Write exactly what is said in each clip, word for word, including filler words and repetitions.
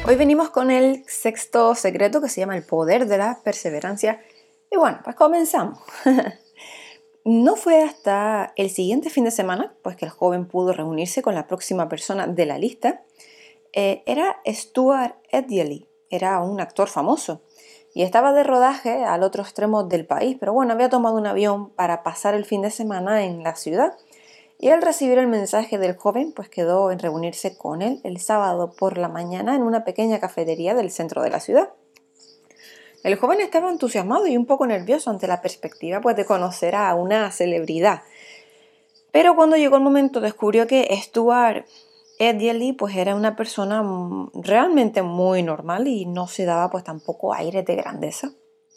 Hoy venimos con el sexto secreto que se llama el poder de la perseverancia. Y bueno, pues comenzamos. No fue hasta el siguiente fin de semana pues que el joven pudo reunirse con la próxima persona de la lista. Eh, era Stuart Edley, era un actor famoso y estaba de rodaje al otro extremo del país, pero bueno, había tomado un avión para pasar el fin de semana en la ciudad. Y al recibir el mensaje del joven, pues quedó en reunirse con él el sábado por la mañana en una pequeña cafetería del centro de la ciudad. El joven estaba entusiasmado y un poco nervioso ante la perspectiva pues, de conocer a una celebridad. Pero cuando llegó el momento descubrió que Stuart Edley pues, era una persona realmente muy normal y no se daba pues, tampoco aires de grandeza.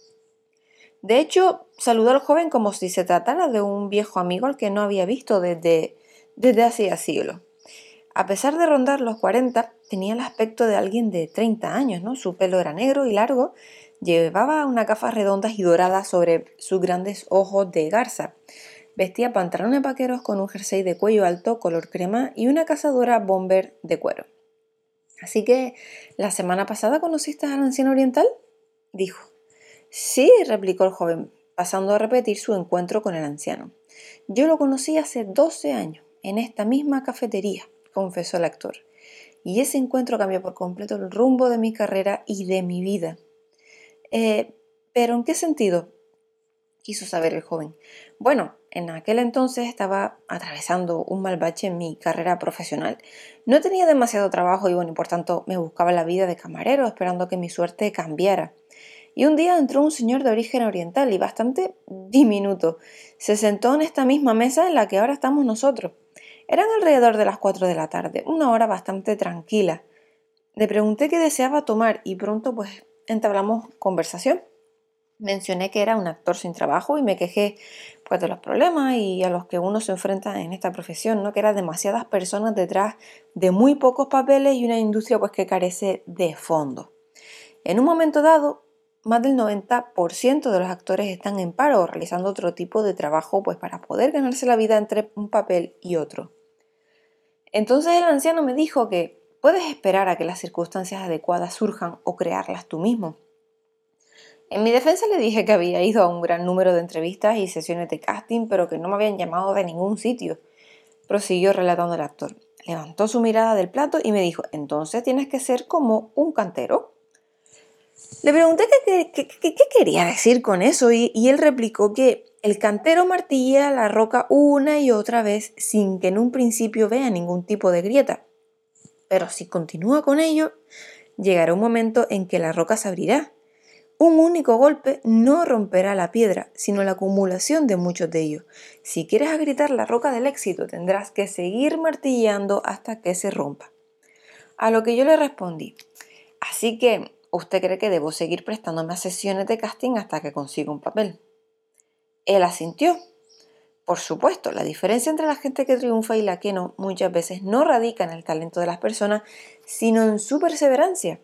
De hecho, saludó al joven como si se tratara de un viejo amigo al que no había visto desde, desde hacía siglos. A pesar de rondar los cuarenta, tenía el aspecto de alguien de treinta años, ¿no? Su pelo era negro y largo, llevaba unas gafas redondas y doradas sobre sus grandes ojos de garza. Vestía pantalones vaqueros con un jersey de cuello alto color crema y una cazadora bomber de cuero. «Así que, ¿la semana pasada conociste al anciano oriental?», dijo. «Sí», replicó el joven, pasando a repetir su encuentro con el anciano. «Yo lo conocí hace doce años, en esta misma cafetería», confesó el actor. «Y ese encuentro cambió por completo el rumbo de mi carrera y de mi vida». Eh, «¿Pero en qué sentido?», quiso saber el joven. «Bueno, en aquel entonces estaba atravesando un mal bache en mi carrera profesional. No tenía demasiado trabajo y bueno, y por tanto me buscaba la vida de camarero esperando que mi suerte cambiara. Y un día entró un señor de origen oriental y bastante diminuto. Se sentó en esta misma mesa en la que ahora estamos nosotros. Eran alrededor de las cuatro de la tarde, una hora bastante tranquila. Le pregunté qué deseaba tomar y pronto pues entablamos conversación. Mencioné que era un actor sin trabajo y me quejé pues de los problemas y a los que uno se enfrenta en esta profesión, ¿no? Que eran demasiadas personas detrás de muy pocos papeles y una industria pues que carece de fondo. En un momento dado, más del noventa por ciento de los actores están en paro o realizando otro tipo de trabajo pues para poder ganarse la vida entre un papel y otro. Entonces el anciano me dijo que puedes esperar a que las circunstancias adecuadas surjan o crearlas tú mismo. En mi defensa le dije que había ido a un gran número de entrevistas y sesiones de casting, pero que no me habían llamado de ningún sitio. Prosiguió relatando el actor. Levantó su mirada del plato y me dijo, entonces tienes que ser como un cantero. Le pregunté qué, qué, qué, qué quería decir con eso y, y él replicó que el cantero martilla la roca una y otra vez sin que en un principio vea ningún tipo de grieta. Pero si continúa con ello, llegará un momento en que la roca se abrirá. Un único golpe no romperá la piedra, sino la acumulación de muchos de ellos. Si quieres agrietar la roca del éxito, tendrás que seguir martillando hasta que se rompa. A lo que yo le respondí, así que ¿usted cree que debo seguir prestándome a sesiones de casting hasta que consiga un papel? Él asintió. Por supuesto, la diferencia entre la gente que triunfa y la que no muchas veces no radica en el talento de las personas, sino en su perseverancia.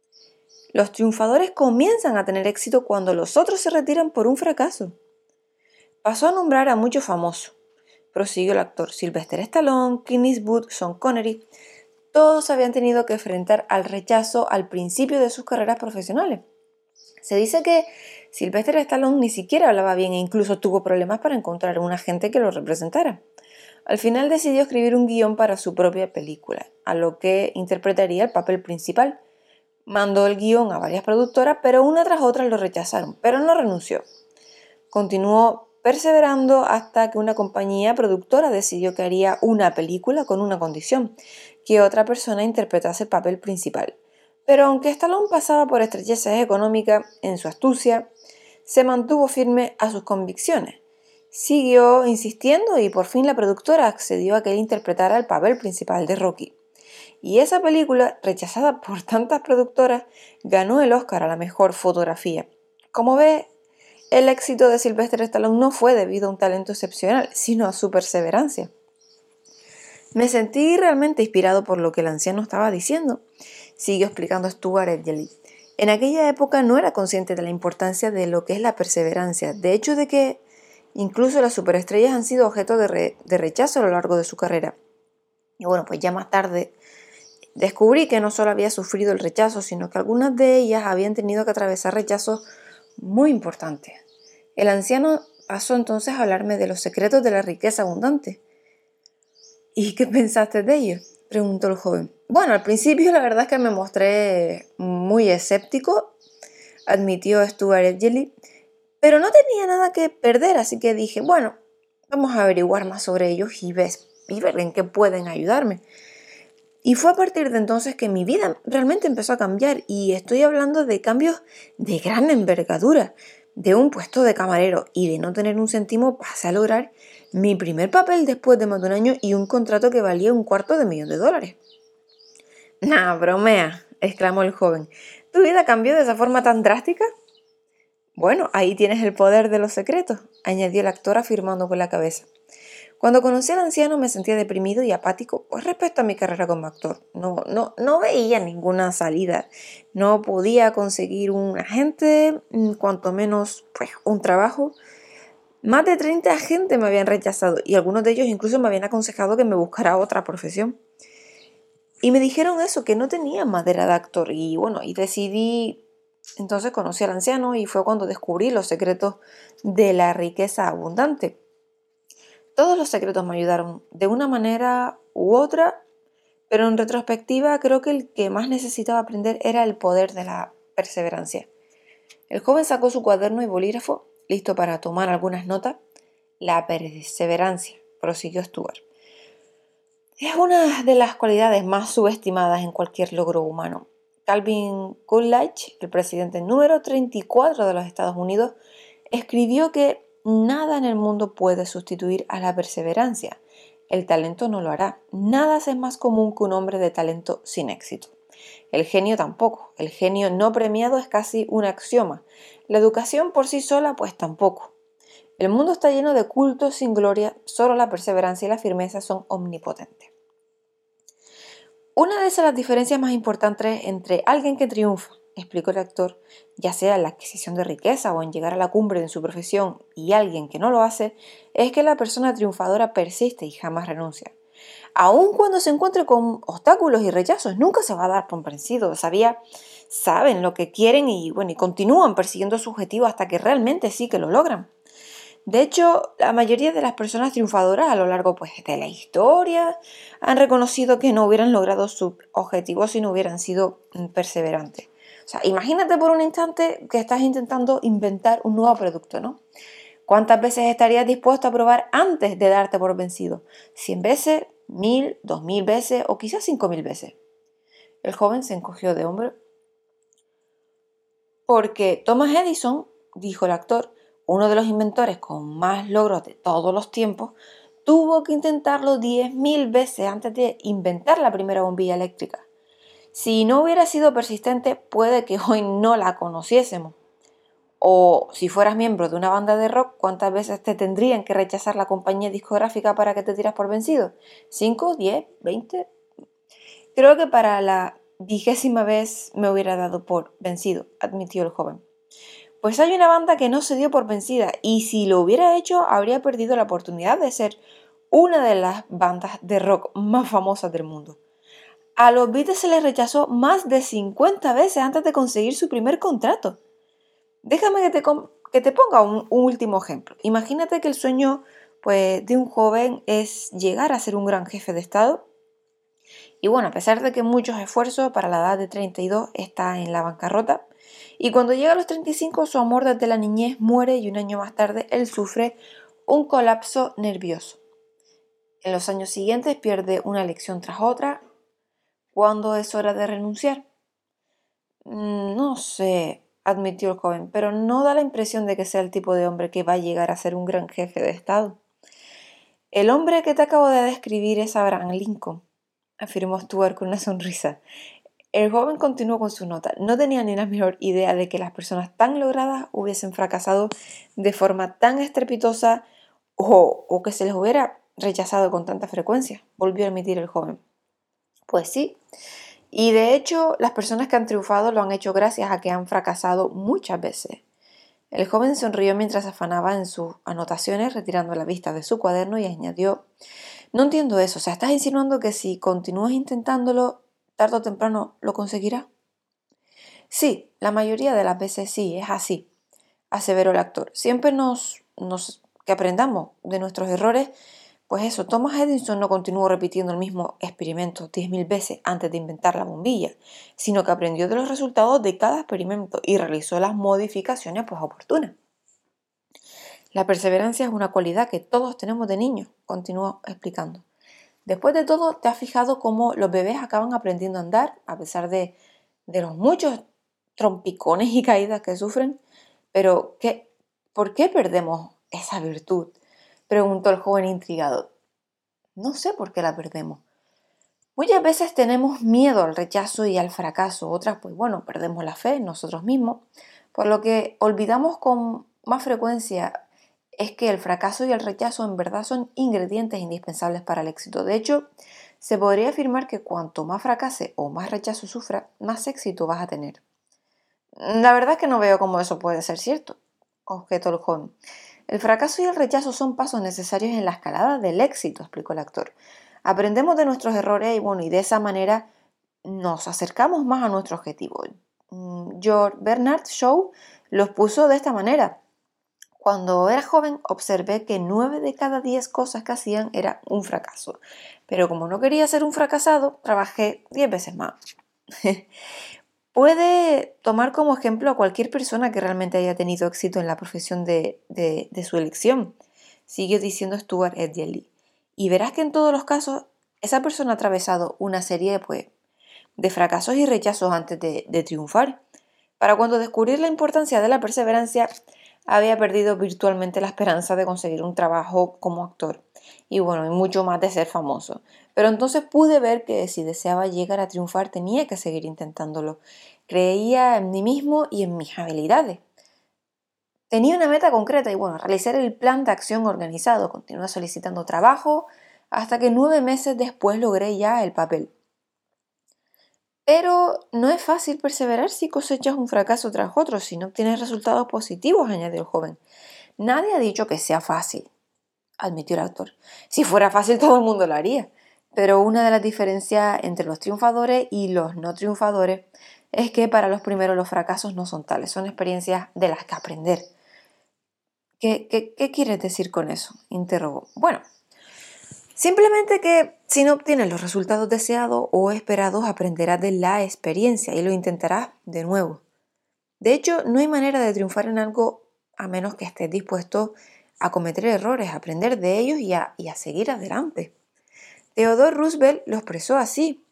Los triunfadores comienzan a tener éxito cuando los otros se retiran por un fracaso. Pasó a nombrar a muchos famosos. Prosiguió el actor Sylvester Stallone, Clint Eastwood, Sean Connery. Todos habían tenido que enfrentar al rechazo al principio de sus carreras profesionales. Se dice que Sylvester Stallone ni siquiera hablaba bien e incluso tuvo problemas para encontrar un agente que lo representara. Al final decidió escribir un guión para su propia película, a lo que interpretaría el papel principal. Mandó el guión a varias productoras, pero una tras otra lo rechazaron, pero no renunció. Continuó perseverando hasta que una compañía productora decidió que haría una película con una condición, que otra persona interpretase el papel principal. Pero aunque Stallone pasaba por estrecheces económicas, en su astucia, se mantuvo firme a sus convicciones. Siguió insistiendo y por fin la productora accedió a que él interpretara el papel principal de Rocky. Y esa película, rechazada por tantas productoras, ganó el Oscar a la mejor fotografía. Como ve, el éxito de Sylvester Stallone no fue debido a un talento excepcional, sino a su perseverancia. Me sentí realmente inspirado por lo que el anciano estaba diciendo, siguió explicando Stuart Edley. En aquella época no era consciente de la importancia de lo que es la perseverancia, de hecho de que incluso las superestrellas han sido objeto de, re- de rechazo a lo largo de su carrera. Y bueno, pues ya más tarde Descubrí que no solo había sufrido el rechazo, sino que algunas de ellas habían tenido que atravesar rechazos muy importantes. El anciano pasó entonces a hablarme de los secretos de la riqueza abundante. ¿Y qué pensaste de ello?, preguntó el joven. Bueno, al principio la verdad es que me mostré muy escéptico, admitió Stuart Edgley, pero no tenía nada que perder, así que dije, bueno, vamos a averiguar más sobre ellos y, ves, y ver en qué pueden ayudarme. Y fue a partir de entonces que mi vida realmente empezó a cambiar, y estoy hablando de cambios de gran envergadura. De un puesto de camarero y de no tener un céntimo pasé a lograr mi primer papel después de más de un año y un contrato que valía un cuarto de millón de dólares. «Nah, bromea», exclamó el joven. «¿Tu vida cambió de esa forma tan drástica?» «Bueno, ahí tienes el poder de los secretos», añadió el actor afirmando con la cabeza. Cuando conocí al anciano me sentía deprimido y apático pues respecto a mi carrera como actor. No, no, no veía ninguna salida. No podía conseguir un agente, cuanto menos pues, un trabajo. Más de treinta agentes me habían rechazado y algunos de ellos incluso me habían aconsejado que me buscara otra profesión. Y me dijeron eso, que no tenía madera de actor. Y bueno, y decidí, entonces conocí al anciano y fue cuando descubrí los secretos de la riqueza abundante. Todos los secretos me ayudaron de una manera u otra, pero en retrospectiva creo que el que más necesitaba aprender era el poder de la perseverancia. El joven sacó su cuaderno y bolígrafo, listo para tomar algunas notas. La perseverancia, prosiguió Stuart, es una de las cualidades más subestimadas en cualquier logro humano. Calvin Coolidge, el presidente número treinta y cuatro de los Estados Unidos, escribió que nada en el mundo puede sustituir a la perseverancia. El talento no lo hará. Nada es más común que un hombre de talento sin éxito. El genio tampoco. El genio no premiado es casi un axioma. La educación por sí sola, pues tampoco. El mundo está lleno de cultos sin gloria. Solo la perseverancia y la firmeza son omnipotentes. Una de esas las diferencias más importantes entre alguien que triunfa, explicó el actor, ya sea en la adquisición de riqueza o en llegar a la cumbre de su profesión, y alguien que no lo hace, es que la persona triunfadora persiste y jamás renuncia. Aun cuando se encuentre con obstáculos y rechazos, nunca se va a dar por vencido. Sabía, saben lo que quieren y, bueno, y continúan persiguiendo su objetivo hasta que realmente sí que lo logran. De hecho, la mayoría de las personas triunfadoras a lo largo pues, de la historia han reconocido que no hubieran logrado sus objetivos si no hubieran sido perseverantes. O sea, imagínate por un instante que estás intentando inventar un nuevo producto, ¿no? ¿Cuántas veces estarías dispuesto a probar antes de darte por vencido? ¿Cien veces? ¿Mil? ¿Dos mil veces? ¿O quizás cinco mil veces? El joven se encogió de hombros. Porque Thomas Edison, dijo el actor, uno de los inventores con más logros de todos los tiempos, tuvo que intentarlo diez mil veces antes de inventar la primera bombilla eléctrica. Si no hubiera sido persistente, puede que hoy no la conociésemos. O si fueras miembro de una banda de rock, ¿cuántas veces te tendrían que rechazar la compañía discográfica para que te tiras por vencido? ¿Cinco? ¿Diez? ¿Veinte? Creo que para la vigésima vez me hubiera dado por vencido, admitió el joven. Pues hay una banda que no se dio por vencida y si lo hubiera hecho habría perdido la oportunidad de ser una de las bandas de rock más famosas del mundo. A los Beatles se les rechazó más de cincuenta veces antes de conseguir su primer contrato. Déjame que te, que te ponga un, un último ejemplo. Imagínate que el sueño pues, de un joven es llegar a ser un gran jefe de Estado. Y bueno, a pesar de que muchos esfuerzos para la edad de treinta y dos está en la bancarrota, y cuando llega a los treinta y cinco su amor desde la niñez muere y un año más tarde él sufre un colapso nervioso. En los años siguientes pierde una lección tras otra. ¿Cuándo es hora de renunciar? No sé, admitió el joven, pero no da la impresión de que sea el tipo de hombre que va a llegar a ser un gran jefe de Estado. El hombre que te acabo de describir es Abraham Lincoln, afirmó Stuart con una sonrisa. El joven continuó con su nota. No tenía ni la menor idea de que las personas tan logradas hubiesen fracasado de forma tan estrepitosa o, o que se les hubiera rechazado con tanta frecuencia, volvió a admitir el joven. Pues sí, y de hecho las personas que han triunfado lo han hecho gracias a que han fracasado muchas veces. El joven sonrió mientras afanaba en sus anotaciones, retirando la vista de su cuaderno y añadió, no entiendo eso, o sea, estás insinuando que si continúas intentándolo, tarde o temprano lo conseguirá. Sí, la mayoría de las veces sí, es así, aseveró el actor. Siempre nos, nos que aprendamos de nuestros errores. Pues eso, Thomas Edison no continuó repitiendo el mismo experimento diez mil veces antes de inventar la bombilla, sino que aprendió de los resultados de cada experimento y realizó las modificaciones pues, oportunas. La perseverancia es una cualidad que todos tenemos de niños, continuó explicando. Después de todo, ¿te has fijado cómo los bebés acaban aprendiendo a andar a pesar de, de los muchos trompicones y caídas que sufren? Pero, ¿qué, ¿por qué perdemos esa virtud?, preguntó el joven intrigado. No sé por qué la perdemos. Muchas veces tenemos miedo al rechazo y al fracaso. Otras, pues bueno, perdemos la fe en nosotros mismos. Por lo que olvidamos con más frecuencia es que el fracaso y el rechazo en verdad son ingredientes indispensables para el éxito. De hecho, se podría afirmar que cuanto más fracase o más rechazo sufra, más éxito vas a tener. La verdad es que no veo cómo eso puede ser cierto, objetó el joven. El fracaso y el rechazo son pasos necesarios en la escalada del éxito, explicó el actor. Aprendemos de nuestros errores y, bueno, y de esa manera nos acercamos más a nuestro objetivo. George Bernard Shaw los puso de esta manera. Cuando era joven observé que nueve de cada diez cosas que hacían era un fracaso. Pero como no quería ser un fracasado, trabajé diez veces más. Puede tomar como ejemplo a cualquier persona que realmente haya tenido éxito en la profesión de, de, de su elección, siguió diciendo Stuart Edgerly. Y verás que en todos los casos esa persona ha atravesado una serie pues, de fracasos y rechazos antes de, de triunfar. Para cuando descubrir la importancia de la perseverancia, había perdido virtualmente la esperanza de conseguir un trabajo como actor y bueno, y mucho más de ser famoso. Pero entonces pude ver que si deseaba llegar a triunfar tenía que seguir intentándolo. Creía en mí mismo y en mis habilidades. Tenía una meta concreta y bueno, realizar el plan de acción organizado. Continué solicitando trabajo hasta que nueve meses después logré ya el papel. Pero no es fácil perseverar si cosechas un fracaso tras otro, si no obtienes resultados positivos, añadió el joven. Nadie ha dicho que sea fácil, admitió el actor. Si fuera fácil todo el mundo lo haría. Pero una de las diferencias entre los triunfadores y los no triunfadores es que para los primeros los fracasos no son tales, son experiencias de las que aprender. ¿Qué, qué, qué quieres decir con eso?, interrogó. Bueno, simplemente que si no obtienes los resultados deseados o esperados, aprenderás de la experiencia y lo intentarás de nuevo. De hecho, no hay manera de triunfar en algo a menos que estés dispuesto a cometer errores, a aprender de ellos y a, y a seguir adelante. Theodore Roosevelt lo expresó así.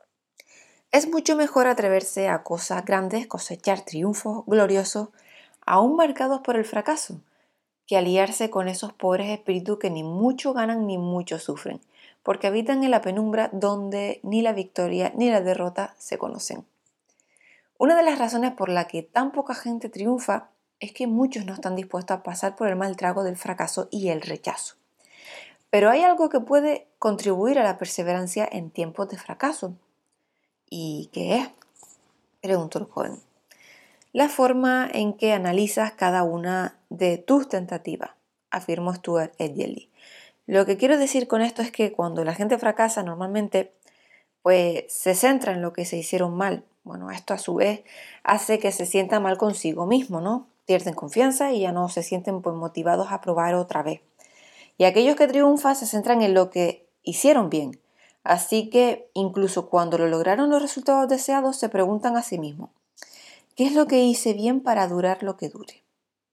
Es mucho mejor atreverse a cosas grandes, cosechar triunfos gloriosos, aún marcados por el fracaso, que aliarse con esos pobres espíritus que ni mucho ganan ni mucho sufren, porque habitan en la penumbra donde ni la victoria ni la derrota se conocen. Una de las razones por la que tan poca gente triunfa es que muchos no están dispuestos a pasar por el mal trago del fracaso y el rechazo. Pero hay algo que puede contribuir a la perseverancia en tiempos de fracaso. ¿Y qué es?, preguntó el joven. La forma en que analizas cada una de tus tentativas, afirmó Stuart Edgerly. Lo que quiero decir con esto es que cuando la gente fracasa normalmente pues se centra en lo que se hicieron mal. Bueno, esto a su vez hace que se sienta mal consigo mismo, ¿no? Pierden confianza y ya no se sienten pues motivados a probar otra vez. Y aquellos que triunfan se centran en lo que hicieron bien. Así que incluso cuando lo lograron los resultados deseados se preguntan a sí mismos, ¿qué es lo que hice bien para durar lo que dure?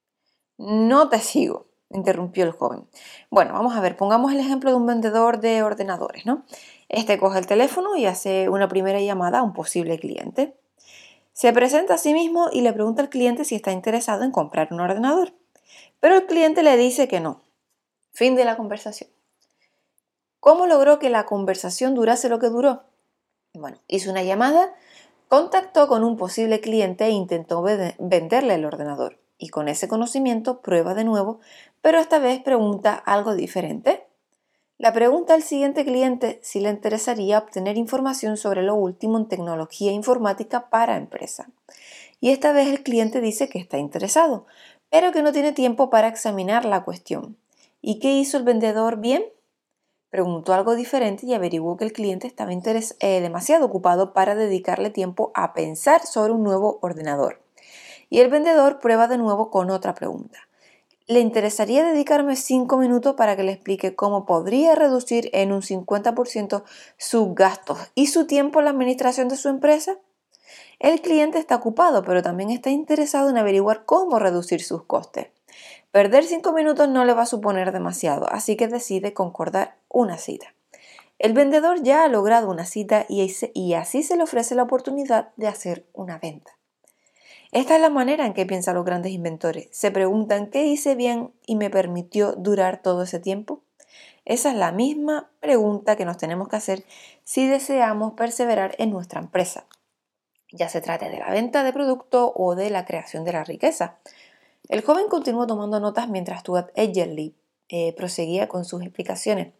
No te sigo, interrumpió el joven. Bueno, vamos a ver, pongamos el ejemplo de un vendedor de ordenadores, ¿no? Este coge el teléfono y hace una primera llamada a un posible cliente. Se presenta a sí mismo y le pregunta al cliente si está interesado en comprar un ordenador. Pero el cliente le dice que no. Fin de la conversación. ¿Cómo logró que la conversación durase lo que duró? Bueno, hizo una llamada, contactó con un posible cliente e intentó venderle el ordenador. Y con ese conocimiento prueba de nuevo, pero esta vez pregunta algo diferente. La pregunta al siguiente cliente si le interesaría obtener información sobre lo último en tecnología informática para empresa. Y esta vez el cliente dice que está interesado, pero que no tiene tiempo para examinar la cuestión. ¿Y qué hizo el vendedor bien? Preguntó algo diferente y averiguó que el cliente estaba interes- eh, demasiado ocupado para dedicarle tiempo a pensar sobre un nuevo ordenador. Y el vendedor prueba de nuevo con otra pregunta. ¿Le interesaría dedicarme cinco minutos para que le explique cómo podría reducir en un cincuenta por ciento sus gastos y su tiempo en la administración de su empresa? El cliente está ocupado, pero también está interesado en averiguar cómo reducir sus costes. Perder cinco minutos no le va a suponer demasiado, así que decide concordar una cita. El vendedor ya ha logrado una cita y así se le ofrece la oportunidad de hacer una venta. Esta es la manera en que piensan los grandes inventores. Se preguntan qué hice bien y me permitió durar todo ese tiempo. Esa es la misma pregunta que nos tenemos que hacer si deseamos perseverar en nuestra empresa, ya se trate de la venta de producto o de la creación de la riqueza. El joven continuó tomando notas mientras Stuart Edgerly eh, proseguía con sus explicaciones.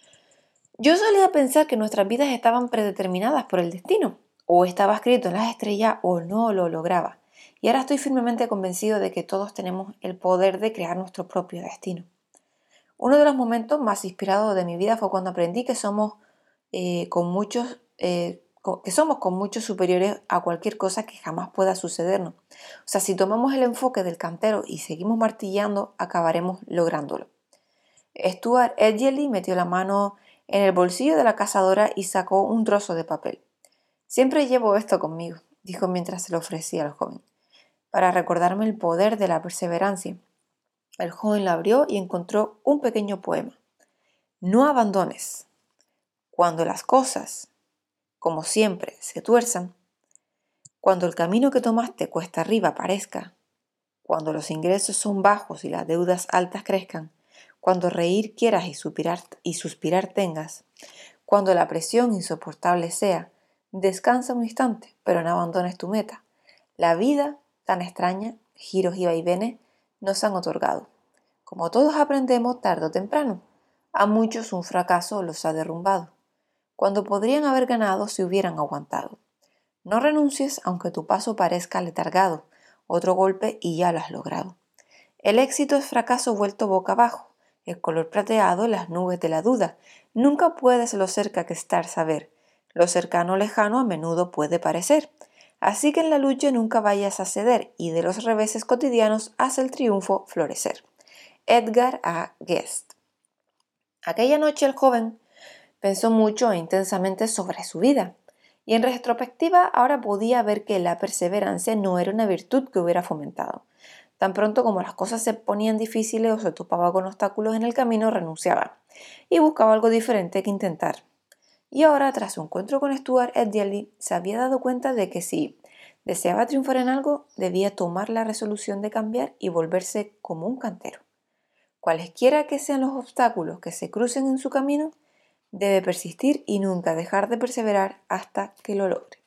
Yo solía pensar que nuestras vidas estaban predeterminadas por el destino, o estaba escrito en las estrellas o no lo lograba. Y ahora estoy firmemente convencido de que todos tenemos el poder de crear nuestro propio destino. Uno de los momentos más inspirados de mi vida fue cuando aprendí que somos eh, con muchos eh, que somos con muchos superiores a cualquier cosa que jamás pueda sucedernos. O sea, si tomamos el enfoque del cantero y seguimos martillando, acabaremos lográndolo. Stuart Edgerly metió la mano en el bolsillo de la cazadora y sacó un trozo de papel. Siempre llevo esto conmigo, dijo mientras se lo ofrecía al joven, para recordarme el poder de la perseverancia. El joven la abrió y encontró un pequeño poema. No abandones. Cuando las cosas, como siempre, se tuerzan, cuando el camino que tomaste cuesta arriba parezca, cuando los ingresos son bajos y las deudas altas crezcan, cuando reír quieras y suspirar, y suspirar tengas, cuando la presión insoportable sea, descansa un instante, pero no abandones tu meta. La vida, tan extraña, giros y vaivenes, nos han otorgado. Como todos aprendemos tarde o temprano, a muchos un fracaso los ha derrumbado, cuando podrían haber ganado si hubieran aguantado. No renuncies aunque tu paso parezca letargado, otro golpe y ya lo has logrado. El éxito es fracaso vuelto boca abajo, el color plateado en las nubes de la duda. Nunca puedes lo cerca que estar saber, lo cercano lejano a menudo puede parecer. Así que en la lucha nunca vayas a ceder y de los reveses cotidianos haz el triunfo florecer. Edgar A. Guest. Aquella noche el joven pensó mucho e intensamente sobre su vida, y en retrospectiva ahora podía ver que la perseverancia no era una virtud que hubiera fomentado. Tan pronto como las cosas se ponían difíciles o se topaba con obstáculos en el camino, renunciaba y buscaba algo diferente que intentar. Y ahora, tras su encuentro con Stuart Edgerly, se había dado cuenta de que si deseaba triunfar en algo, debía tomar la resolución de cambiar y volverse como un cantero. Cualesquiera que sean los obstáculos que se crucen en su camino, debe persistir y nunca dejar de perseverar hasta que lo logre.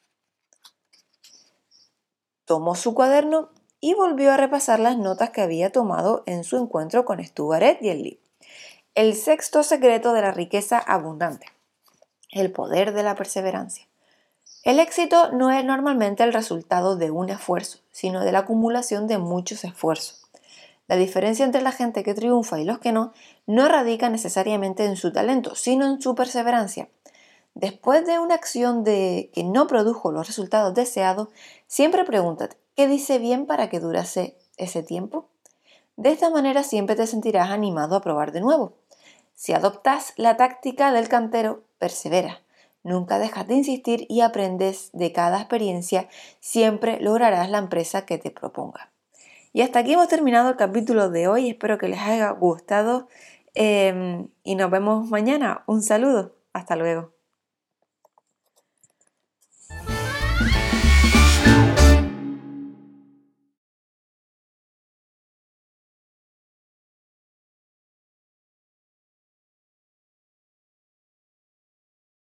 Tomó su cuaderno y volvió a repasar las notas que había tomado en su encuentro con Stuart Edgerly. El sexto secreto de la riqueza abundante. El poder de la perseverancia. El éxito no es normalmente el resultado de un esfuerzo, sino de la acumulación de muchos esfuerzos. La diferencia entre la gente que triunfa y los que no, no radica necesariamente en su talento, sino en su perseverancia. Después de una acción de que no produjo los resultados deseados, siempre pregúntate, ¿qué hice bien para que durase ese tiempo? De esta manera siempre te sentirás animado a probar de nuevo. Si adoptas la táctica del cantero, persevera. Nunca dejas de insistir y aprendes de cada experiencia, siempre lograrás la empresa que te proponga. Y hasta aquí hemos terminado el capítulo de hoy, espero que les haya gustado eh, y nos vemos mañana. Un saludo, hasta luego.